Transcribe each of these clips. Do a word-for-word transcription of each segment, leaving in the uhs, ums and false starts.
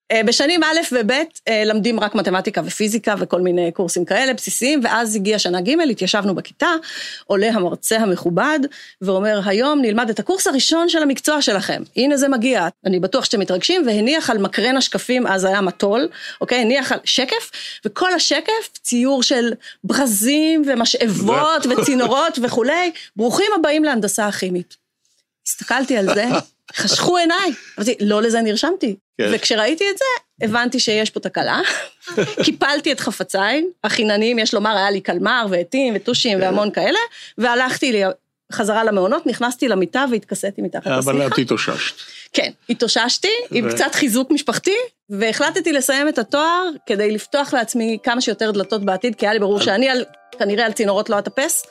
בשנים א' וב' למדים רק מתמטיקה ופיזיקה וכל מיני קורסים כאלה בסיסיים, ואז הגיע שנה ג', התיישבנו בכיתה, עולה המרצה המכובד, ואומר, היום נלמד את הקורס הראשון של המקצוע שלכם, הנה זה מגיע, אני בטוח שאתם מתרגשים, והניח על מקרן השקפים, אז היה מטול, אוקיי, הניח על שקף, וכל השקף ציור של ברזים ומשאבות וצינורות וכולי, ברוכים הבאים להנדסה הכימית. הסתכלתי על זה, חשכו עיניי, אמרתי, לא לזה נרשמתי, וכשראיתי את זה, הבנתי שיש פה תקלה, קיפלתי את חפציי, החיננים, יש לומר, היה לי קלמר ועטים וטושים והמון כאלה, והלכתי לי חזרה למעונות, נכנסתי למיטה והתכסיתי מתחת לסליחה. אבל את התאוששת. כן, התאוששתי, עם קצת חיזוק משפחתי, והחלטתי לסיים את התואר, כדי לפתוח לעצמי כמה שיותר דלתות בעתיד, כי היה לי ברור שאני כנראה על צינורות לא אטפס.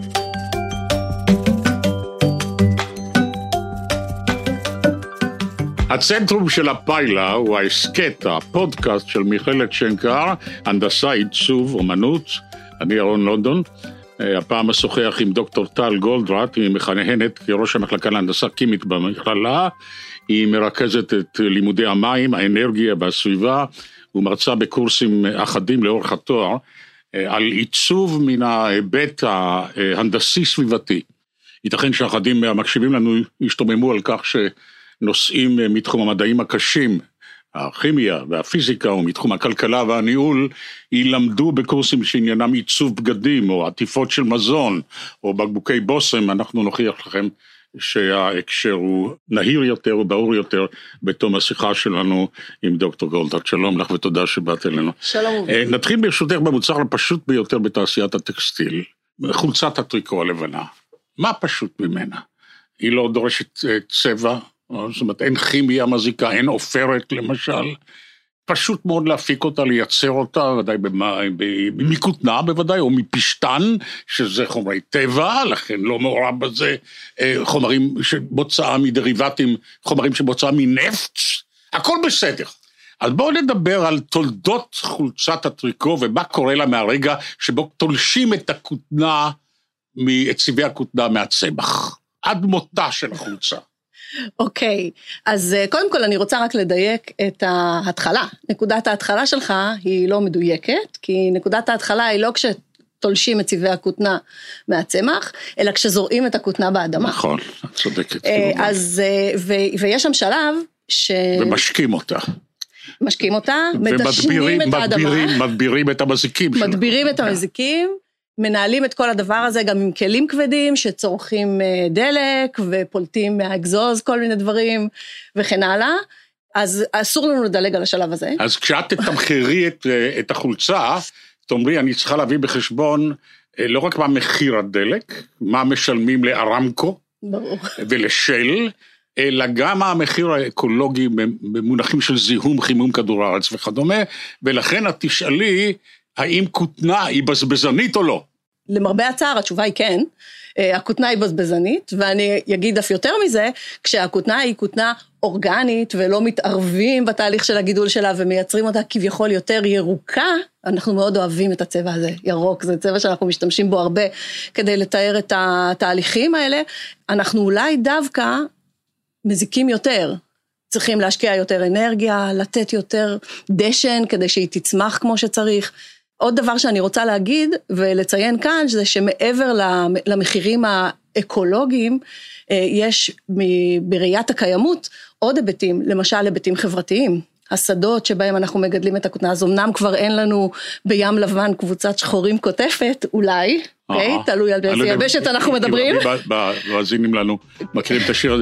הצנטרום של הפיילה הוא ההסקט, הפודקאסט של מיכאלת שנקר, הנדסה, עיצוב, אומנות, אני ירון לונדון, הפעם משוחח עם דוקטור טל גולדרט, היא מכהנת כראש המחלקה להנדסה כימית במכללה, היא מרכזת את לימודי המים, האנרגיה והסביבה, ומרצה בקורסים אחדים לאורך התואר, על עיצוב מן ההיבט ההנדסי סביבתי. ייתכן שאחדים מהמקשיבים לנו ישתוממו על כך ש... נושאים מתחום המדעים הקשים, הכימיה והפיזיקה, או מתחום הכלכלה והניהול, ילמדו בקורסים שעניינם עיצוב בגדים, או עטיפות של מזון, או בקבוקי בושם. אנחנו נוכיח לכם שההקשר הוא נהיר יותר וברור יותר, בתום השיחה שלנו עם דוקטור גולדרט. שלום לך ותודה שבאת אלינו. שלום. נתחיל ברשותך במוצר הפשוט ביותר בתעשיית הטקסטיל, חולצת הטריקו הלבנה. מה פשוט ממנה? היא לא דורשת צבע, זאת אומרת, אין כימיה מזיקה, אין עופרת למשל, פשוט מאוד להפיק אותה, לייצר אותה, ודאי מכותנה בוודאי, או מפשטן, שזה חומרי טבע, לכן לא מעורב בזה, חומרים שבוצעה מדריבטים, חומרים שבוצעה מנפט, הכל בסדר. אז בואו נדבר על תולדות חולצת הטריקו, ומה קורה לה מהרגע שבו תולשים את הכותנה, את צבעי הכותנה מהצמח, עד מותה של החולצה. אוקיי, אז קודם כל אני רוצה רק לדייק את ההתחלה. נקודת ההתחלה שלך היא לא מדויקת, כי נקודת ההתחלה היא לא כשתולשים את צבעי הכותנה מהצמח, אלא כשזורעים את הכותנה באדמה. נכון, את צודקת. אז, ו, ויש שם שלב ש... ומשקים אותה. משקים אותה, מדשנים את האדמה. מדבירים, מדבירים את המזיקים. מדבירים את המזיקים. מנהלים את כל הדבר הזה גם עם כלים כבדים שצורכים דלק ופולטים מהאגזוז, כל מיני דברים וכן הלאה. אז אסור לנו לדלג על השלב הזה. אז כשאת תמחרי את, את החולצה, תאמרי, אני צריכה להביא בחשבון לא רק מה מחיר הדלק, מה משלמים לארמקו ברור. ולשל, אלא גם המחיר האקולוגי במונחים של זיהום, חימום כדור הארץ וכדומה, ולכן את תשאלי, האם כותנה היא בזבזנית או לא? למרבה הצער, התשובה היא כן, הכותנה היא בזבזנית, ואני אגיד אף יותר מזה, כשהכותנה היא כותנה אורגנית, ולא מתערבים בתהליך של הגידול שלה, ומייצרים אותה כביכול יותר ירוקה, אנחנו מאוד אוהבים את הצבע הזה, ירוק, זה צבע שאנחנו משתמשים בו הרבה, כדי לתאר את התהליכים האלה, אנחנו אולי דווקא מזיקים יותר, צריכים להשקיע יותר אנרגיה, לתת יותר דשן, כדי שהיא תצמח כמו שצריך. עוד דבר שאני רוצה להגיד, ולציין כאן, זה שמעבר למחירים האקולוגיים, יש בראיית הקיימות עוד היבטים, למשל היבטים חברתיים. השדות שבהם אנחנו מגדלים את הכותנה, אז אמנם כבר אין לנו בים לבן קבוצת שחורים כותפת, אולי, תלוי על באיזה יבשת אנחנו מדברים. מאזינים לנו, מכירים את השיר הזה.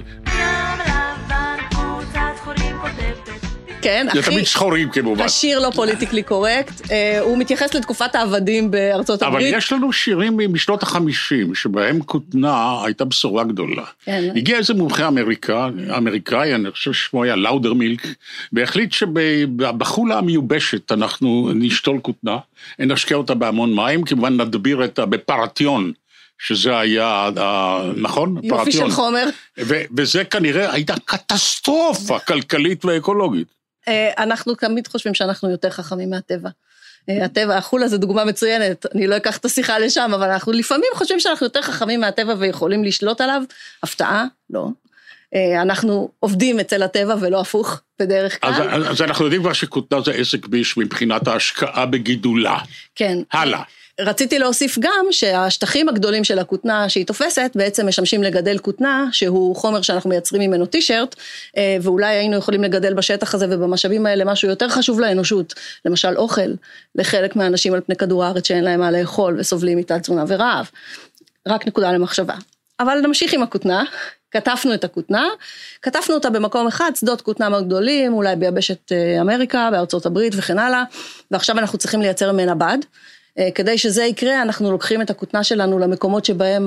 כן, זה תמיד שחורים כמובן. השיר לא פוליטיקלי קורקט, הוא מתייחס לתקופת העבדים בארצות הברית. אבל יש לנו שירים משנות החמישים, שבהם כותנה הייתה בשורה גדולה. הגיע איזה מומחה אמריקאי, אני חושב ששמו היה לאודרמילק, והחליט שבחולה המיובשת אנחנו נשתול כותנה, נשקע אותה בהמון מים, כמובן נדביר אותה בפרטיון, שזה היה, נכון? יופי של חומר. וזה כנראה הייתה קטסטרופה כלכלית ואקולוגית. אנחנו תמיד חושבים שאנחנו יותר חכמים מהטבע. הטבע, החולה זה דוגמה מצוינת, אני לא אקח את השיחה לשם, אבל אנחנו לפעמים חושבים שאנחנו יותר חכמים מהטבע ויכולים לשלוט עליו, הפתעה, לא. אנחנו עובדים אצל הטבע ולא הפוך בדרך כלל. אז, אז אנחנו יודעים כבר שכותנה זה עסק ביש מבחינת ההשקעה בגידולה. כן. הלאה. רציתי להוסיף גם שהשטחים הגדולים של הכותנה שהיא תופסת בעצם משמשים לגדל כותנה, שהוא חומר שאנחנו מייצרים ממנו טישרט, ואולי היינו יכולים לגדל בשטח הזה ובמשאבים האלה משהו יותר חשוב לאנושות, למשל אוכל, לחלק מהאנשים על פני כדור הארץ שאין להם מה לאכול וסובלים מתת תזונה ורעב. רק נקודה למחשבה. אבל נמשיך עם הכותנה, כתפנו את הכותנה, כתפנו אותה במקום אחד, שדות כותנה מאוד גדולים, אולי ביבשת אמריקה, בארצות הברית וכן הלאה, ועכשיו אנחנו צריכים לייצר ממנה בד, כדי שזה יקרה, אנחנו לוקחים את הכותנה שלנו למקומות שבהם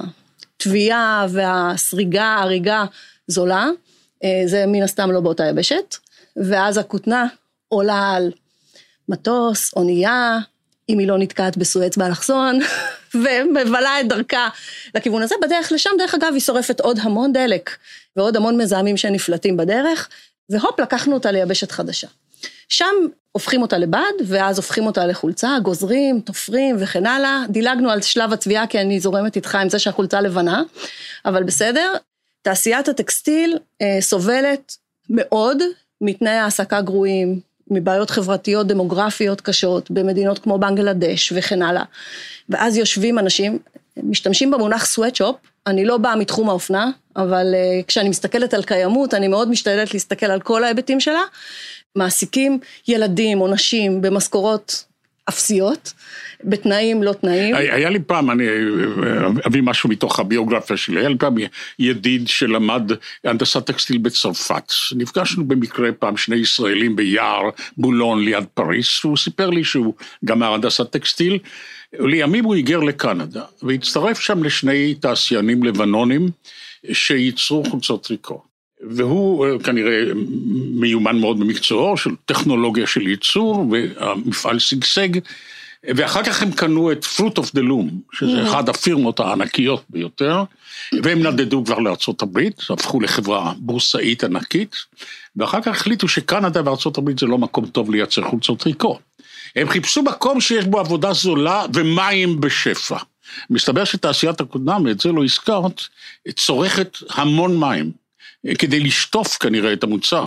התביעה והסריגה, הריגה זולה, זה מן הסתם לא באותה יבשת, ואז הכותנה עולה על מטוס, אונייה, אם היא לא נתקעת בסואץ באלכסון, ומבלה את דרכה לכיוון הזה, בדרך לשם, דרך אגב, היא שורפת עוד המון דלק, ועוד המון מזהמים שנפלטים בדרך, והופ, לקחנו אותה ליבשת חדשה. שם הופכים אותה לבד, ואז הופכים אותה לחולצה, גוזרים, תופרים וכן הלאה, דילגנו על שלב הצביעה, כי אני זורמת איתך עם זה שהחולצה לבנה, אבל בסדר, תעשיית הטקסטיל אה, סובלת מאוד, מתנאי העסקה גרועים, מבעיות חברתיות, דמוגרפיות קשות, במדינות כמו בנגלדש וכן הלאה, ואז יושבים אנשים, משתמשים במונח סוואטשופ, אני לא באה מתחום האופנה, אבל uh, כשאני מסתכלת על קיימות, אני מאוד משתדלת להסתכל על כל ההיבטים שלה, מעסיקים ילדים או נשים במשכורות אפסיות, בתנאים לא תנאים. היה לי פעם, אני אביא משהו מתוך הביוגרפיה שלי, היה לי פעם ידיד שלמד הנדסת טקסטיל בצרפת, נפגשנו במקרה פעם שני ישראלים ביער בולון ליד פריס, והוא סיפר לי שהוא גמר הנדסת טקסטיל, לימים הוא היגר לקנדה, והצטרף שם לשני תעשיינים לבנונים, שייצרו חולצות טריקו. והוא כנראה מיומן מאוד במקצועו של טכנולוגיה של ייצור, והמפעל סגסג, ואחר כך הם קנו את Fruit of the Loom, שזה mm-hmm. אחד הפירמות הענקיות ביותר, והם נדדו כבר לארצות הברית, הפכו לחברה בורסאית ענקית, ואחר כך החליטו שקנדה וארצות הברית זה לא מקום טוב לייצר חולצות טריקו. הם חיפשו מקום שיש בו עבודה זולה ומים בשפע. מסתבר שתעשיית הכותנה, ואת זה לא הזכרת, צורכת המון מים, כדי לשטוף כנראה את המוצר.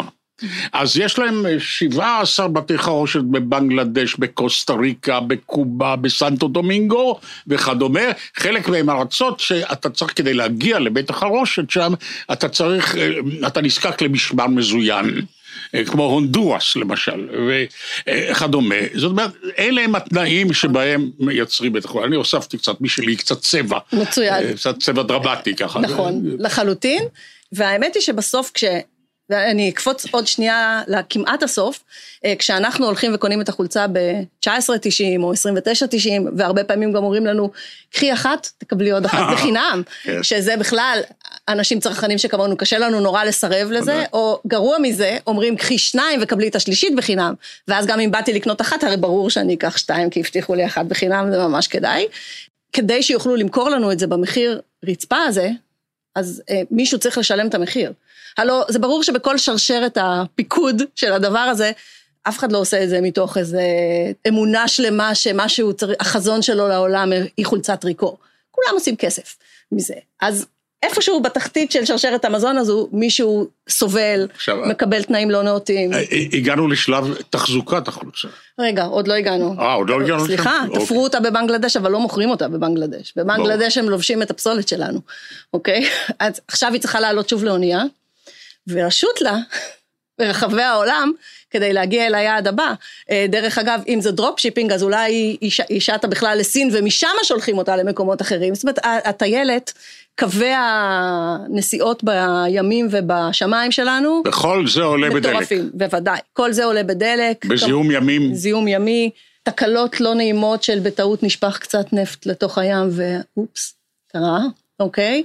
אז יש להם שבעה עשר בתי חרושת בבנגלדש, בקוסטה ריקה, בקובה, בסנטו דומינגו וכדומה, חלק מהם ארצות שאתה צריך כדי להגיע לבית החרושת שם, אתה צריך, אתה נזקק למשמר מזוין, כמו הונדורס למשל, וכדומה. זאת אומרת, אלה הם התנאים שבהם מייצרים את החול. אני הוספתי קצת משלי, קצת צבע. מצוין. קצת צבע דרמטי ככה. נכון, לחלוטין. והאמת היא שבסוף כש... ואני אקפוץ עוד שנייה לכמעט הסוף, כשאנחנו הולכים וקונים את החולצה ב-תשע עשרה תשעים או עשרים ותשע תשעים, והרבה פעמים גם אומרים לנו, קחי אחת, תקבלי עוד אחת בחינם, שזה בכלל, אנשים צרכנים שכמונו, קשה לנו נורא לסרב לזה, או גרוע מזה, אומרים, קחי שניים וקבלי את השלישית בחינם, ואז גם אם באתי לקנות אחת, הרי ברור שאני אקח שתיים, כי הבטיחו לי אחת בחינם, זה ממש כדאי, כדי שיוכלו למכור לנו את זה במחיר רצפה הזה, אז אה, מישהו צריך לשלם את המחיר. הלא, זה ברור שבכל שרשרת הפיקוד של הדבר הזה, אף אחד לא עושה את זה מתוך איזו אמונה שלמה, שמשהו, החזון שלו לעולם היא חולצת טריקו. כולם עושים כסף מזה. אז איפשהו בתחתית של שרשרת המזון הזו, מישהו סובל, עכשיו, מקבל תנאים לא נאותים. הגענו לשלב תחזוקת החולצה. רגע, עוד לא הגענו. אה, עוד לא הגענו. סליחה, תפרו אוקיי. אותה בבנגלדש, אבל לא מוכרים אותה בבנגלדש. בבנגלדש הם לובשים את הפסולת שלנו. אוקיי? אז עכשיו היא צריכה לעלות שוב לאונייה, ורשות לה, ברחבי העולם, כדי להגיע אל היעד הבא. דרך אגב, אם זה דרופ שיפינג, אז אולי היא שעתה בכלל לסין, ומשם שולחים אותה למקומות אחרים. זאת אומרת, הטיילת, קווי הנסיעות בימים ובשמיים שלנו, בכל זה עולה בדלק. בוודאי. כל זה עולה בדלק. בזיהום ימים. זיהום ימי, תקלות לא נעימות של בטעות נשפך קצת נפט לתוך הים, ואופס, קרה, אוקיי?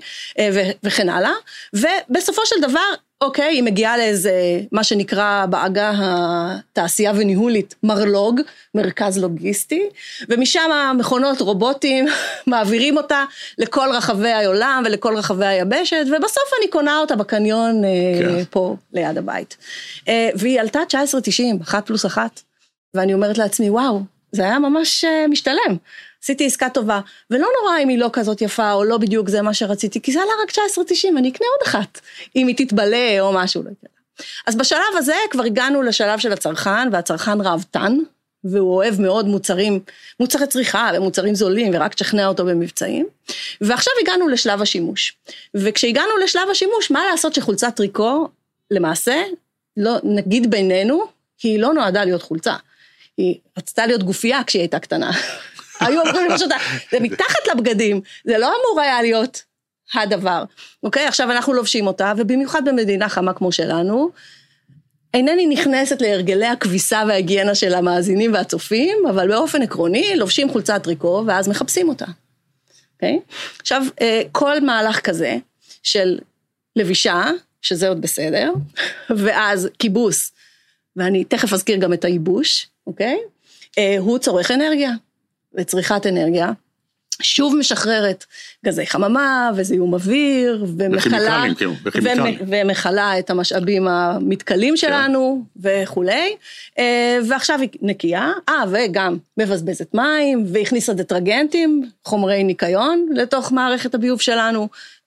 וכן הלאה. ובסופו של דבר, אוקיי, היא מגיעה לאיזה, מה שנקרא בעגה התעשייה וניהולית, מרלוג, מרכז לוגיסטי, ומשם מכונות רובוטים מעבירים אותה לכל רחבי העולם ולכל רחבי היבשת, ובסוף אני קונה אותה בקניון כן. פה ליד הבית. והיא עלתה תשע עשרה תשעים, אחת פלוס אחת, ואני אומרת לעצמי, וואו, זה היה ממש משתלם. עשיתי עסקה טובה, ולא נורא אם היא לא כזאת יפה, או לא בדיוק זה מה שרציתי, כי זה עלה רק תשע עשרה תשעים, אני אקנה עוד אחת, אם היא תתבלה או משהו. אז בשלב הזה כבר הגענו לשלב של הצרכן, והצרכן ראוותן, והוא אוהב מאוד מוצרים, מוצרי צריכה ומוצרים זולים, ורק תשכנע אותו במבצעים. ועכשיו הגענו לשלב השימוש. וכשהגענו לשלב השימוש, מה לעשות שחולצת טריקו, למעשה, לא, נגיד בינינו, היא לא נועדה להיות חולצה. היא רצתה להיות גופייה כשהיא הייתה קטנה. היו אומרים לי פשוט, זה מתחת לבגדים, זה לא אמור היה להיות הדבר. אוקיי, עכשיו אנחנו לובשים אותה, ובמיוחד במדינה חמה כמו שלנו, אינני נכנסת להרגלי הכביסה וההיגיינה של המאזינים והצופים, אבל באופן עקרוני לובשים חולצת טריקו, ואז מחפשים אותה. אוקיי? עכשיו, כל מהלך כזה של לבישה, שזה עוד בסדר, ואז כיבוס, ואני תכף אזכיר גם את הייבוש, אוקיי? הוא צורך אנרגיה, וצריכת אנרגיה, שוב משחררת גזי חממה, וזיהום אוויר, ומחלה, ומחלה את המשאבים המתכלים שלנו, וכולי, ועכשיו היא נקייה, אה, וגם מבזבזת מים, והכניסה דטרגנטים, חומרי ניקיון, לתוך מערכת הביוב שלנו,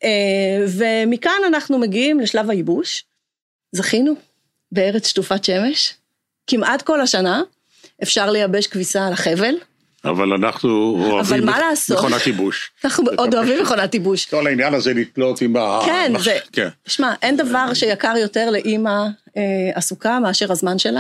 ומכאן אנחנו מגיעים לשלב הייבוש, זכינו בארץ שטופת שמש, כמעט כל השנה, אפשר לייבש כביסה על החבל, אבל אנחנו אוהבים מכונת ייבוש. אנחנו עוד אוהבים מכונת ייבוש. כל העניין הזה לתלות עם ה... כן, זה... שמע, אין דבר שיקר יותר לאמא עסוקה מאשר הזמן שלה,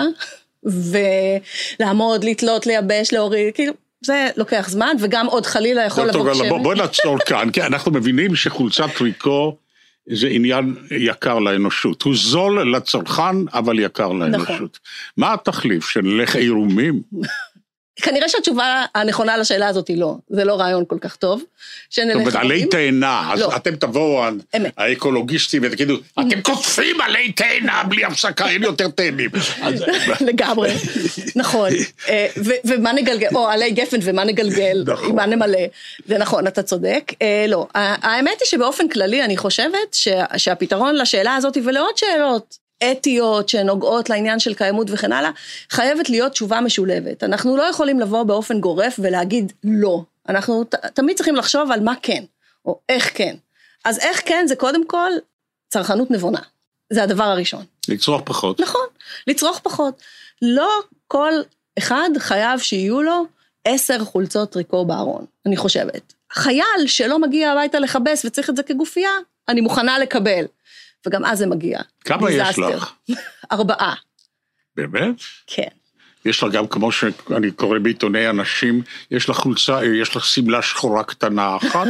ולעמוד, לתלות, לייבש, להוריד, כאילו, זה לוקח זמן, וגם עוד חלילה יכול לבוא כשמש. בואי נעצור כאן, כי אנחנו מבינים שחולצת טריקו זה עניין יקר לאנושות. הוא זול לצרכן, אבל יקר לאנושות. מה התחליף? שנלך עירומים? כנראה שהתשובה הנכונה לשאלה הזאת היא לא, זה לא רעיון כל כך טוב. זאת אומרת, עלי תאנה, אז אתם תבואו, האקולוגיסטים, ותגידו, אתם קוטפים עלי תאנה, בלי הפסקה, אין יותר תאנים. לגמרי, נכון. ומה נגלגל, או עלי גפן ומה נגלגל, מה נמלא, זה נכון, אתה צודק. לא, האמת היא שבאופן כללי אני חושבת שהפתרון לשאלה הזאת ולעוד שאלות, אתיות שנוגעות לעניין של קיימות וכן הלאה, חייבת להיות תשובה משולבת. אנחנו לא יכולים לבוא באופן גורף ולהגיד לא. אנחנו ת, תמיד צריכים לחשוב על מה כן, או איך כן. אז איך כן זה קודם כל צרכנות נבונה. זה הדבר הראשון. לצרוך פחות. נכון, לצרוך פחות. לא כל אחד חייב שיהיו לו עשר חולצות טריקו בארון, אני חושבת. חייל שלא מגיע הביתה לחבס וצריך את זה כגופייה, אני מוכנה לקבל. וגם אז זה מגיע. כמה יש לך? ארבעה. באמת? כן. יש לך גם, כמו שאני קורא בעיתוני אנשים, יש לך חולצה, יש לך סמלה שחורה קטנה אחת?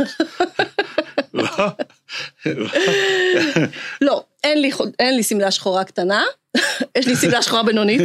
לא, אין לי, אין לי סמלה שחורה קטנה, יש לי סמלה שחורה בינונית.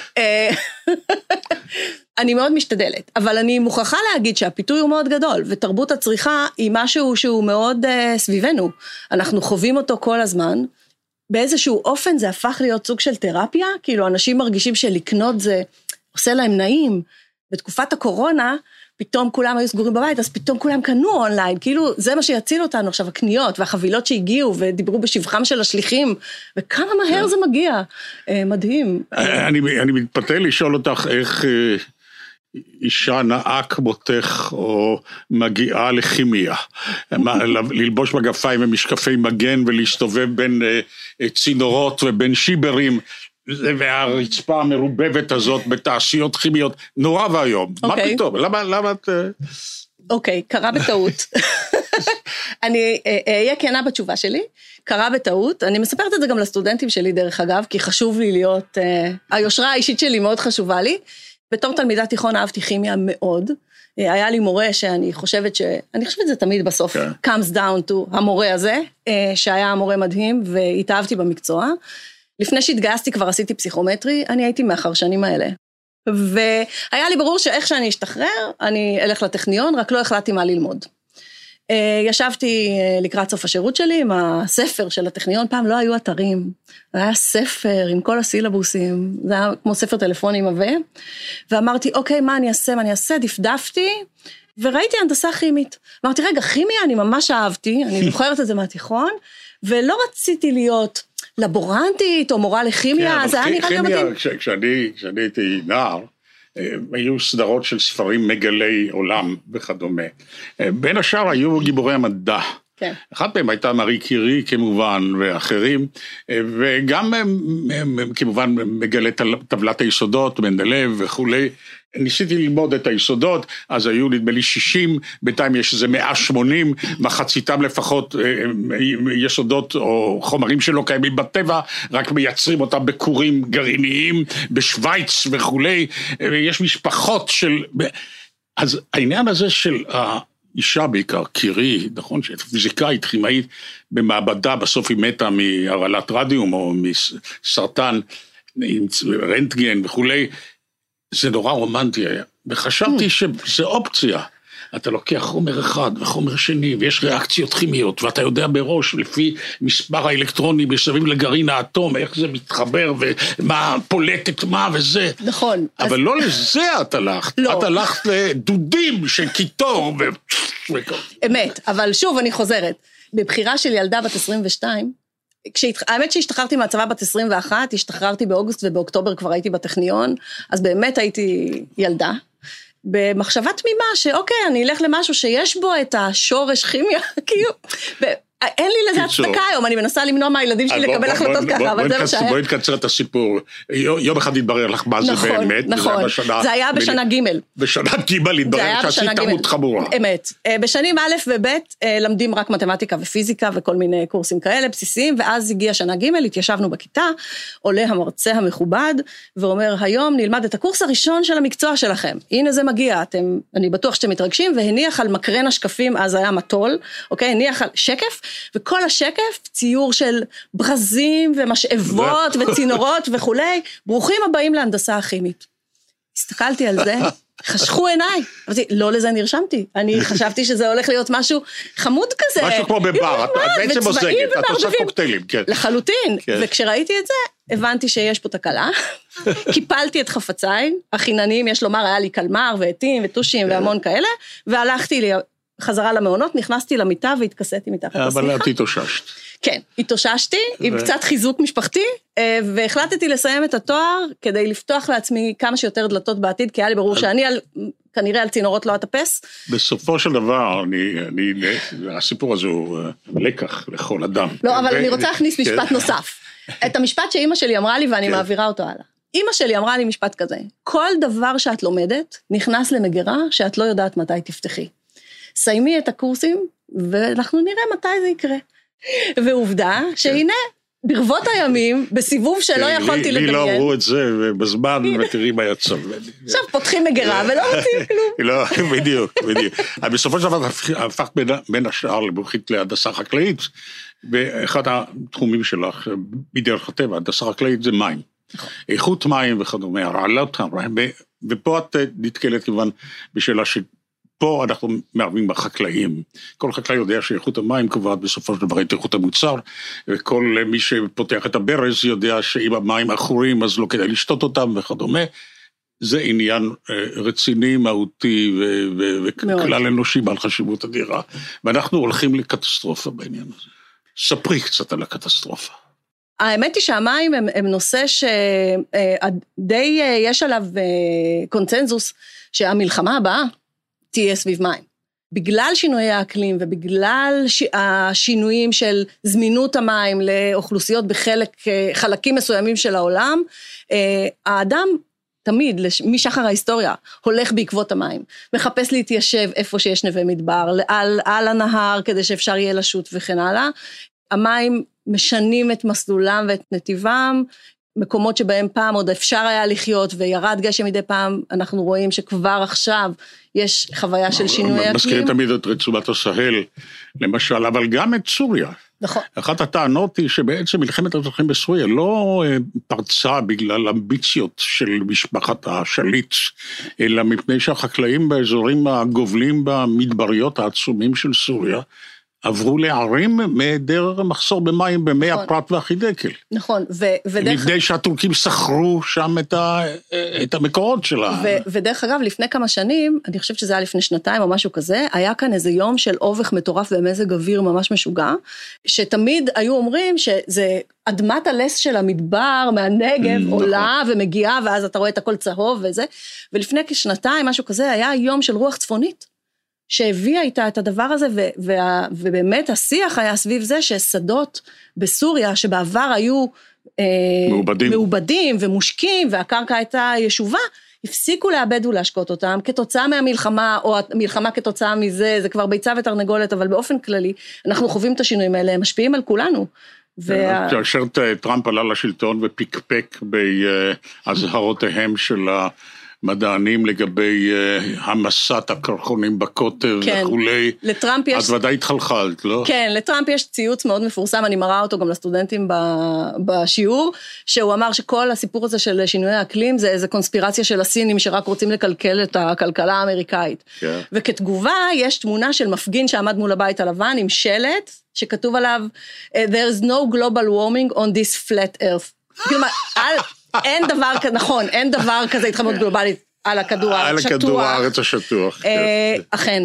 אני מאוד משתדלת, אבל אני מוכרחה להגיד שהפיתוי הוא מאוד גדול, ותרבות הצריכה היא משהו שהוא מאוד uh, סביבנו, אנחנו חווים אותו כל הזמן, באיזשהו אופן זה הפך להיות סוג של תרפיה, כאילו אנשים מרגישים שלקנות זה עושה להם נעים, בתקופת הקורונה, פתאום כולם היו סגורים בבית, אז פתאום כולם קנו אונליין, כאילו זה מה שיציל אותנו עכשיו, הקניות והחבילות שהגיעו, ודיברו בשבחם של השליחים, וכמה מהר זה מגיע, מדהים. אני, אני מתפתה לשאול אותך איך אישה נאה כמותך, או מגיעה לכימיה, ללבוש מגפיים ומשקפי מגן, ולהסתובב בין צינורות ובין שיברים, והרצפה המרובבת הזאת בתעשיות כימיות, נורא והיום. Okay. מה פתאום? למה, למה את... אוקיי, okay, קרה בטעות. אני אהיה כנה בתשובה שלי, קרה בטעות, אני מספרת את זה גם לסטודנטים שלי דרך אגב, כי חשוב לי להיות, היושרה האישית שלי מאוד חשובה לי, בתור תלמידת תיכון אהבתי כימיה מאוד, היה לי מורה שאני חושבת ש... אני חושבת זה תמיד בסוף, okay. comes down to המורה הזה, שהיה המורה מדהים, והתאהבתי במקצוע, לפני שהתגייסתי כבר עשיתי פסיכומטרי, אני הייתי מהחרשנים האלה. והיה לי ברור שאיך שאני אשתחרר, אני אלך לטכניון, רק לא החלטתי מה ללמוד. ישבתי לקראת סוף השירות שלי עם הספר של הטכניון, פעם לא היו אתרים, היה ספר עם כל הסילבוסים, זה היה כמו ספר טלפוני עבה, ואמרתי, אוקיי, מה אני אעשה, מה אני אעשה, דפדפתי, וראיתי הנדסה כימית. אמרתי, רגע, כימיה אני ממש אהבתי, אני זוכרת את זה מהתיכון, ולא רציתי להיות לבורנטית או מורה לכימיה, כן, זה היה נראה גם מתאים. כשאני הייתי נער, היו סדרות של ספרים מגלי עולם וכדומה. בין השאר היו גיבורי המדע. כן. אחת מהם הייתה מארי קירי כמובן ואחרים, וגם כמובן מגלה טבלת היסודות, מנדלייב וכולי. ניסיתי ללמוד את היסודות, אז היו נדמה לי שישים, בינתיים יש איזה מאה ושמונים, מחציתם לפחות יסודות או חומרים שלא קיימים בטבע, רק מייצרים אותם בכורים גרעיניים, בשוויץ וכולי, יש משפחות של... אז העניין הזה של האישה בעיקר, קירי, נכון, פיזיקאית, כימאית, במעבדה, בסוף היא מתה מהרעלת רדיום או מסרטן, רנטגן וכולי, זה נורא רומנטי היה, וחשבתי שזה אופציה, אתה לוקח חומר אחד וחומר שני, ויש ריאקציות כימיות, ואתה יודע בראש, לפי מספר האלקטרונים, מסביב לגרעין האטום, איך זה מתחבר, ומה פולטת מה וזה. נכון. אבל לא לזה את הלכת, את הלכת לדודים של קיטור. אמת, אבל שוב אני חוזרת, בבחירה של ילדה בת עשרים ושתיים, האמת שהשתחררתי מהצבא בת עשרים ואחת, השתחררתי באוגוסט ובאוקטובר כבר הייתי בטכניון, אז באמת הייתי ילדה, במחשבה תמימה שאוקיי, אני אלך למשהו שיש בו את השורש כימיה, כאילו, אין לי לזה הצדקה היום, אני מנסה למנוע מהילדים שלי לקבל החלטות ככה, אבל זה מה שהיה. בואי נקצר את הסיפור, יום אחד התברר לך מה זה באמת, נכון, זה היה בשנה ג' בשנה ג' התברר שעשית טעות חמורה. אמת, בשנים א' וב' למדים רק מתמטיקה ופיזיקה וכל מיני קורסים כאלה בסיסיים, ואז הגיעה שנה ג', התיישבנו בכיתה, עולה המרצה המכובד, ואומר, היום נלמד את הקורס הראשון של המקצוע שלכם, הנה זה מגיע, אתם, אני בטוח שאתם מתרגשים, והניח על מקרן השקפים, אז היה מטול, אוקיי, הניח על שקף, וכל השקף ציור של ברזים ומשאבות וצינורות וכולי, ברוכים הבאים להנדסה הכימית. הסתכלתי על זה, חשכו עיניי, אמרתי, לא לזה נרשמתי, אני חשבתי שזה הולך להיות משהו חמוד כזה. משהו כמו בבר, את בעצם מוזגת, את עושה קוקטיילים, כן. לחלוטין, וכשראיתי את זה, הבנתי שיש פה תקלה, קיפלתי את חפציי, החינניים, יש לומר, היה לי קלמר ועטים וטושים והמון כאלה, והלכתי לי, חזרה למעונות, נכנסתי למיטה והתכסיתי מתחת לשיחה. אבל את התאוששת. כן, התאוששתי, עם קצת חיזוק משפחתי, והחלטתי לסיים את התואר, כדי לפתוח לעצמי כמה שיותר דלתות בעתיד, כי היה לי ברור שאני כנראה על צינורות לא אטפס. בסופו של דבר, הסיפור הזה הוא לקח לכל אדם. לא, אבל אני רוצה להכניס משפט נוסף. את המשפט שאימא שלי אמרה לי, ואני מעבירה אותו הלאה. אימא שלי אמרה לי משפט כזה, כל דבר שאת לומדת, נכנס למגירה שאת לא יודעת מתי תפתחי. סיימי את הקורסים, ואנחנו נראה מתי זה יקרה. ועובדה, שהנה, ברבות הימים, בסיבוב שלא יכולתי לדמיין. לי לא אמרו את זה, ובזמן ותראי מה יצא. עכשיו פותחים מגירה, ולא רוצים כלום. לא, בדיוק, בדיוק. בסופו של דבר, הפכת בין השאר למומחית להנדסה חקלאית, ואחד התחומים שלך, בדרך הטבע, הנדסה חקלאית זה מים. איכות מים וכדומה, הרעלות, ופה את נתקלת כיוון בשאלה ש... פה אנחנו מערבים בחקלאים, כל חקלאי יודע שאיכות המים קובעת בסופו של דבר את איכות המוצר, וכל מי שפותח את הברז יודע שאם המים אחורים אז לא כדאי לשתות אותם וכדומה, זה עניין רציני, מהותי וכלל אנושי בעל חשיבות אדירה, ואנחנו הולכים לקטסטרופה בעניין הזה. ספרי קצת על הקטסטרופה. האמת היא שהמים הם, הם נושא שדי יש עליו קונצנזוס שהמלחמה הבאה, תהיה סביב מים. בגלל שינויי האקלים ובגלל השינויים של זמינות המים לאוכלוסיות בחלק, חלקים מסוימים של העולם, האדם תמיד, משחר ההיסטוריה, הולך בעקבות המים, מחפש להתיישב איפה שיש נווה מדבר, על, על הנהר כדי שאפשר יהיה לשוט וכן הלאה. המים משנים את מסלולם ואת נתיבם, מקומות שבהם פעם עוד אפשר היה לחיות, וירד גשם מדי פעם, אנחנו רואים שכבר עכשיו יש חוויה של שינוי אקלים. מזכירים תמיד את רצועת הסהל, למשל, אבל גם את סוריה. נכון. אחת הטענות היא שבעצם מלחמת האזרחים בסוריה לא פרצה בגלל אמביציות של משפחת השליט, אלא מפני שהחקלאים באזורים הגובלים במדבריות העצומים של סוריה, עברו לערים מהיעדר מחסור במים במי נכון. הפרת והחידקל. נכון. ו- ודרך... מפני שהטורקים סחרו שם את, ה- את המקורות שלה. ו- ודרך אגב, לפני כמה שנים, אני חושבת שזה היה לפני שנתיים או משהו כזה, היה כאן איזה יום של אובך מטורף ומזג אוויר ממש משוגע, שתמיד היו אומרים שזה אדמת הלס של המדבר מהנגב נכון. עולה ומגיעה, ואז אתה רואה את הכל צהוב וזה, ולפני כשנתיים משהו כזה, היה יום של רוח צפונית, שהביאה איתה את הדבר הזה, ו- וה- ובאמת השיח היה סביב זה ששדות בסוריה, שבעבר היו אה, מעובדים. מעובדים ומושקים, והקרקע הייתה ישובה, הפסיקו לאבד ולהשקות אותם, כתוצאה מהמלחמה, או המלחמה כתוצאה מזה, זה כבר ביצה ותרנגולת, אבל באופן כללי, אנחנו חווים את השינויים האלה, הם משפיעים על כולנו. וה... כאשר טראמפ עלה לשלטון ופיקפק בהזהרותיהם של ה... מדענים לגבי uh, המסת הקרחונים בקוטב כן. וכולי, לטראמפ יש... את ודאי התחלחלת, לא? כן, לטראמפ יש ציוץ מאוד מפורסם, אני מראה אותו גם לסטודנטים ב... בשיעור, שהוא אמר שכל הסיפור הזה של שינוי האקלים, זה איזו קונספירציה של הסינים שרק רוצים לקלקל את הכלכלה האמריקאית. כן. וכתגובה יש תמונה של מפגין שעמד מול הבית הלבן עם שלט, שכתוב עליו, There is no global warming on this flat earth. כלומר, על... אין דבר כזה, נכון, אין דבר כזה התחממות גלובלית על הכדור הארץ שטוח. על הכדור הארץ השטוח. אכן.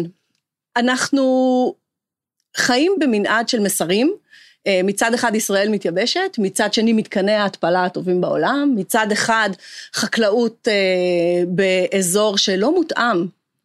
אנחנו חיים במנעד של מסרים, מצד אחד ישראל מתייבשת, מצד שני מתקני ההתפלה הטובים בעולם, מצד אחד חקלאות באזור שלא מותאם,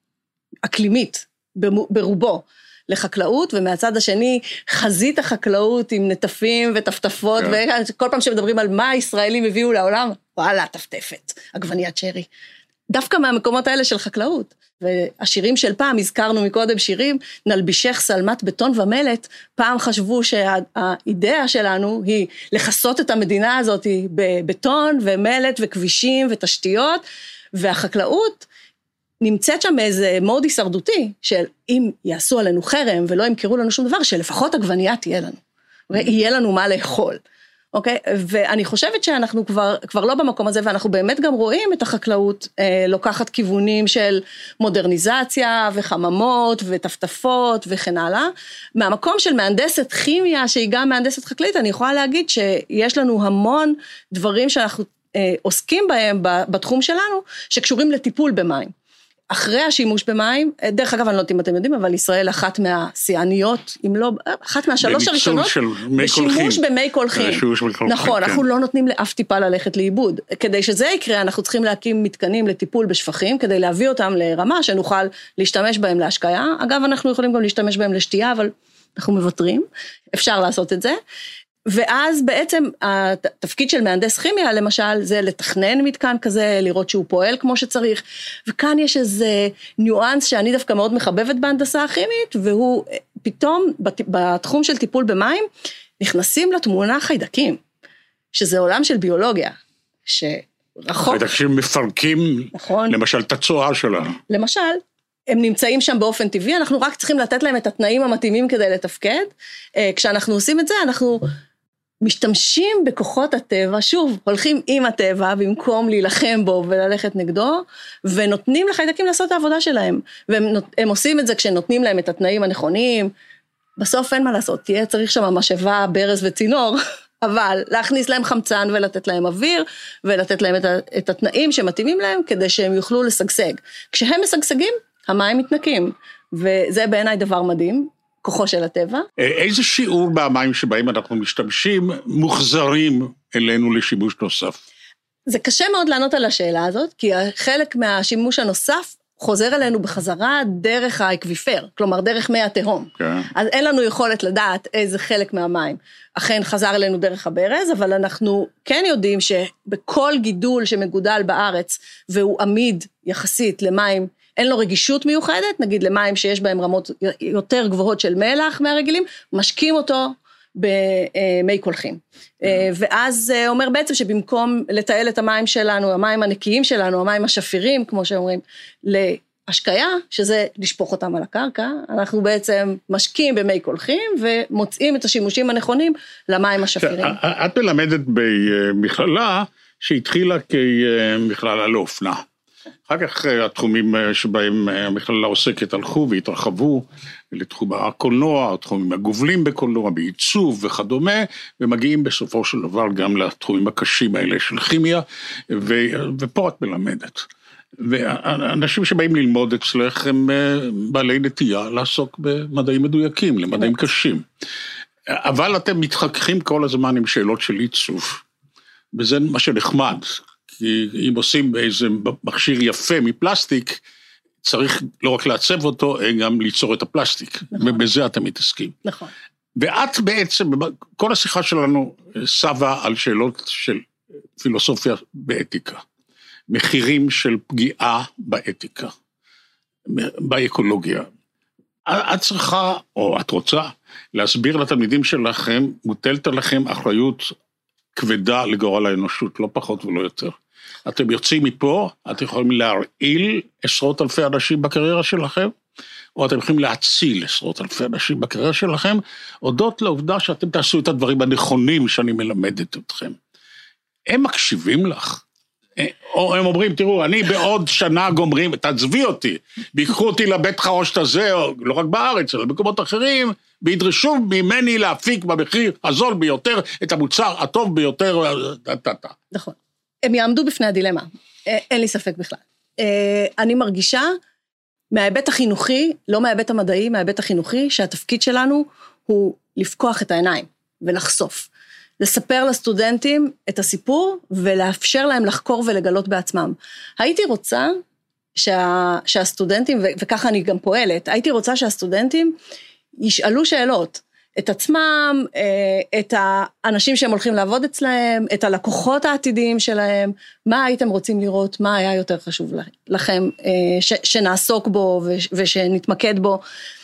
אקלימית, ברובו. לחקלאות, ומהצד השני חזית החקלאות עם נטפים וטפטפות, וכל פעם שמדברים על מה הישראלים הביאו לעולם, וואלה, טפטפת, עגבניית שרי. דווקא מהמקומות האלה של חקלאות. והשירים של פעם, הזכרנו מקודם שירים, נלבישך סלמת בטון ומלט, פעם חשבו שהאידאה שלנו היא לחסות את המדינה הזאת בבטון ומלט וכבישים ותשתיות, והחקלאות, נמצאת שם איזה מוד הישרדותי, של אם יעשו עלינו חרם, ולא ימכרו לנו שום דבר, שלפחות עגבנייה תהיה לנו, ויהיה לנו מה לאכול, אוקיי? ואני חושבת שאנחנו כבר, כבר לא במקום הזה, ואנחנו באמת גם רואים את החקלאות, אה, לוקחת כיוונים של מודרניזציה, וחממות, וטפטפות, וכן הלאה. מהמקום של מהנדסת כימיה, שהיא גם מהנדסת חקלאית, אני יכולה להגיד שיש לנו המון דברים שאנחנו אה, עוסקים בהם, בתחום שלנו, שקשורים לטיפול במים. אחרי השימוש במים, דרך אגב, אני לא יודעת אם אתם יודעים, אבל ישראל אחת מהשיאניות, אם לא, אחת מהשלוש הראשונות, בשימוש במי קולחים. נכון, אנחנו לא נותנים לאף טיפה ללכת לאיבוד. כדי שזה יקרה, אנחנו צריכים להקים מתקנים לטיפול בשפכים, כדי להביא אותם לרמה שנוכל להשתמש בהם להשקיה. אגב, אנחנו יכולים גם להשתמש בהם לשתייה, אבל אנחנו מבטרים. אפשר לעשות את זה. ואז בעצם התפקיד של מהנדס כימיה, למשל, זה לתכנן מתקן כזה, לראות שהוא פועל כמו שצריך, וכאן יש איזה ניואנס שאני דווקא מאוד מחבבת בהנדסה הכימית, והוא פתאום בתחום של טיפול במים, נכנסים לתמונה חיידקים, שזה עולם של ביולוגיה, שרחוק. חיידקים מפרקים, נכון. למשל, את הצואה שלה. למשל, הם נמצאים שם באופן טבעי, אנחנו רק צריכים לתת להם את התנאים המתאימים כדי לתפקד, כשאנחנו עושים את זה, אנחנו משתמשים בכוחות הטבע, שוב, הולכים עם הטבע, במקום להילחם בו וללכת נגדו, ונותנים לחיידקים לעשות את העבודה שלהם, והם עושים את זה כשנותנים להם את התנאים הנכונים, בסוף אין מה לעשות, תהיה צריך שם משאבה, ברז וצינור, אבל להכניס להם חמצן ולתת להם אוויר, ולתת להם את התנאים שמתאימים להם, כדי שהם יוכלו לשגשג. כשהם משגשגים, המים מתנקים, וזה בעיניי דבר מדהים, כוחו של הטבע. איזה שיעור במים שבהם אנחנו משתמשים, מוחזרים אלינו לשימוש נוסף? זה קשה מאוד לענות על השאלה הזאת, כי חלק מהשימוש הנוסף, חוזר אלינו בחזרה דרך האקוויפר, כלומר דרך מי התהום. Okay. אז אין לנו יכולת לדעת איזה חלק מהמים. אכן חזר אלינו דרך הברז, אבל אנחנו כן יודעים שבכל גידול שמגודל בארץ, והוא עמיד יחסית למים, אין לו רגישות מיוחדת, נגיד למים שיש בהם רמות יותר גבוהות של מלח מהרגילים, משקים אותו במי קולחים. ואז אומר בעצם שבמקום לטייל את המים שלנו, המים הנקיים שלנו, המים השפירים, כמו שאומרים, להשקיה, שזה לשפוך אותם על הקרקע, אנחנו בעצם משקים במי קולחים, ומוצאים את השימושים הנכונים למים השפירים. את מלמדת במכללה שהתחילה כמכללה לאופנה. אחר כך התחומים שבהם המכללה עוסקת הלכו והתרחבו לתחום הקולנוע, התחומים הגובלים בקולנוע, בעיצוב וכדומה, ומגיעים בסופו של דבר גם לתחומים הקשים האלה של כימיה, ו, ופה את מלמדת. ואנשים שבאים ללמוד אצלך הם בעלי נטייה לעסוק במדעים מדויקים, למדעים קשים. אבל אתם מתחככים כל הזמן עם שאלות של עיצוב, וזה מה שנחמד, כי אם עושים איזה מכשיר יפה מפלסטיק, צריך לא רק לעצב אותו, אלא גם ליצור את הפלסטיק, נכון. ובזה אתם מתעסקים. נכון. ואת בעצם, כל השיחה שלנו סבה על שאלות של פילוסופיה באתיקה, מחירים של פגיעה באתיקה, באקולוגיה. את צריכה, או את רוצה, להסביר לתלמידים שלכם, מוטלת עליכם אחריות כבדה לגורל האנושות, לא פחות ולא יותר. אתם יוצאים מפה, אתם יכולים להרעיל עשרות אלפי אנשים בקריירה שלכם, או אתם יכולים להציל עשרות אלפי אנשים בקריירה שלכם, הודות לעובדה שאתם תעשו את הדברים הנכונים שאני מלמדת אתכם. הם מקשיבים לך. או הם אומרים, תראו, אני בעוד שנה גומרים, תעזבי אותי, ביקחו אותי לבית חרושת הזה, לא רק בארץ, אלא במקומות אחרים, וידרשו ממני להפיק במחיר הזול ביותר, את המוצר הטוב ביותר. נכון. הם יעמדו בפני הדילמה, אין לי ספק בכלל. אני מרגישה, מההיבט החינוכי, לא מההיבט המדעי, מההיבט החינוכי, שהתפקיד שלנו הוא לפקוח את העיניים ולחשוף. לספר לסטודנטים את הסיפור, ולאפשר להם לחקור ולגלות בעצמם. הייתי רוצה שה, שהסטודנטים, ו, וככה אני גם פועלת, הייתי רוצה שהסטודנטים ישאלו שאלות, את עצמם, את האנשים שהם הולכים לעבוד אצלהם, את הלקוחות העתידיים שלהם, מה הייתם רוצים לראות, מה היה יותר חשוב לכם, ש, שנעסוק בו ושנתמקד בו.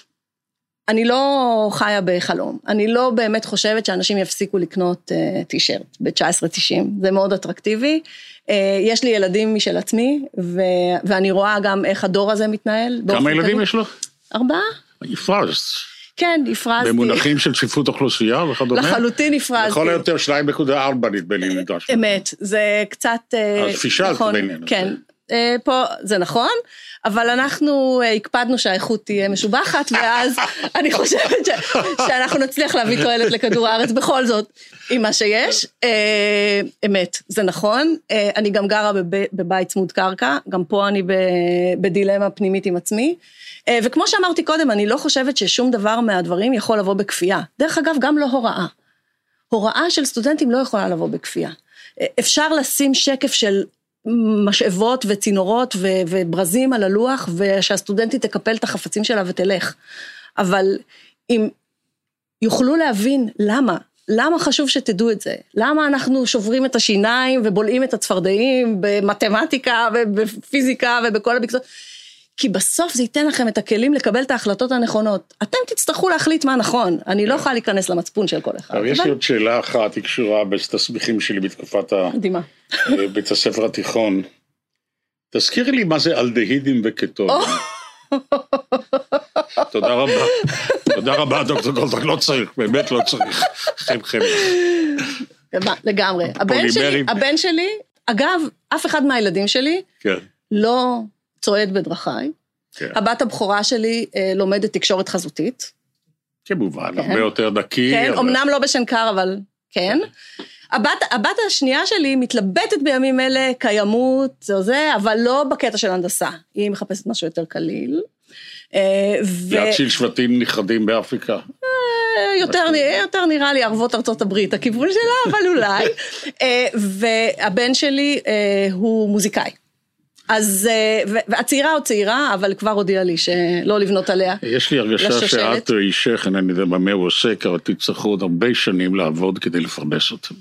אני לא חיה בחלום, אני לא באמת חושבת שאנשים יפסיקו לקנות uh, טישרט ב-תשע עשרה תשעים, זה מאוד אטרקטיבי, uh, יש לי ילדים משל עצמי, ו- ואני רואה גם איך הדור הזה מתנהל. כמה ילדים יש לך? ארבעה. הפרזת. כן, הפרזתי. במונחים של צפיפות אוכלוסייה וכדומה? לחלוטין הפרזתי. לכל היותר שתיים נקודה ארבע נדמה לי נדרש. אמת, זה קצת... אז פישלת בינינו. כן. פה זה נכון, אבל אנחנו הקפדנו שהאיכות תהיה משובחת, ואז אני חושבת ש, שאנחנו נצליח להביא תועלת לכדור הארץ בכל זאת, עם מה שיש. אמת, זה נכון. אני גם גרה בב, בבית צמוד קרקע, גם פה אני בדילמה פנימית עם עצמי, וכמו שאמרתי קודם, אני לא חושבת ששום דבר מהדברים יכול לבוא בכפייה. דרך אגב, גם לא הוראה. הוראה של סטודנטים לא יכולה לבוא בכפייה. אפשר לשים שקף של משאבות וצינורות ו- וברזים על הלוח, ושהסטודנטית תקפל את החפצים שלה ותלך. אבל אם יוכלו להבין למה, למה חשוב שתדעו את זה? למה אנחנו שוברים את השיניים ובולעים את הצפרדעים במתמטיקה ובפיזיקה ובכל הבקצות? כי בסוף זה ייתן לכם את הכלים לקבל את ההחלטות הנכונות. אתם תצטרכו להחליט מה נכון. אני לא יכולה להיכנס למצפון של כל אחד. אבל יש לי עוד שאלה אחת, היא קשורה בתסביכים שלי בתקופת בית הספר התיכון. תזכירי לי מה זה אלדהידים וקטונים. תודה רבה. תודה רבה, דוקטור גולדברג, לא צריך, באמת לא צריך. חם חם. לגמרי. הבן שלי, אגב, אף אחד מהילדים שלי, לא צועד בדרכיי. הבת הבכורה שלי לומדת תקשורת חזותית. כמובן, הרבה יותר דקי. כן, אמנם לא בשנקר, אבל כן. הבת השנייה שלי מתלבטת בימים אלה, קיימות, זה זה, אבל לא בקטע של הנדסה. היא מחפשת משהו יותר קליל. להציל שבטים נכחדים באפריקה. יותר נראה לי ערבות ארצות הברית, הכיוון שלה, אבל אולי. והבן שלי הוא מוזיקאי. אז, והצעירה עוד צעירה, אבל כבר הודיעה לי שלא לבנות עליה. יש לי הרגשה שאת אישך, אני יודע במה הוא עוסק, אבל תצטרכו עוד הרבה שנים לעבוד כדי לפרנס אותם.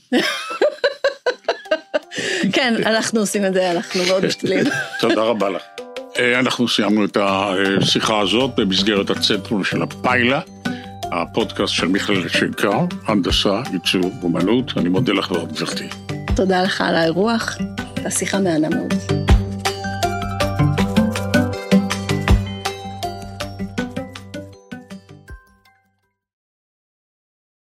כן, אנחנו עושים את זה, אנחנו מאוד משתדלים. תודה רבה לך. אנחנו סיימנו את השיחה הזאת במסגרת הצנטרום של הפיילה, הפודקאסט של מכללת שנקר, הנדסה, עיצוב, אומנות. אני מודה לך מאוד, גברתי. תודה לך על האירוח, השיחה מהנה מאוד.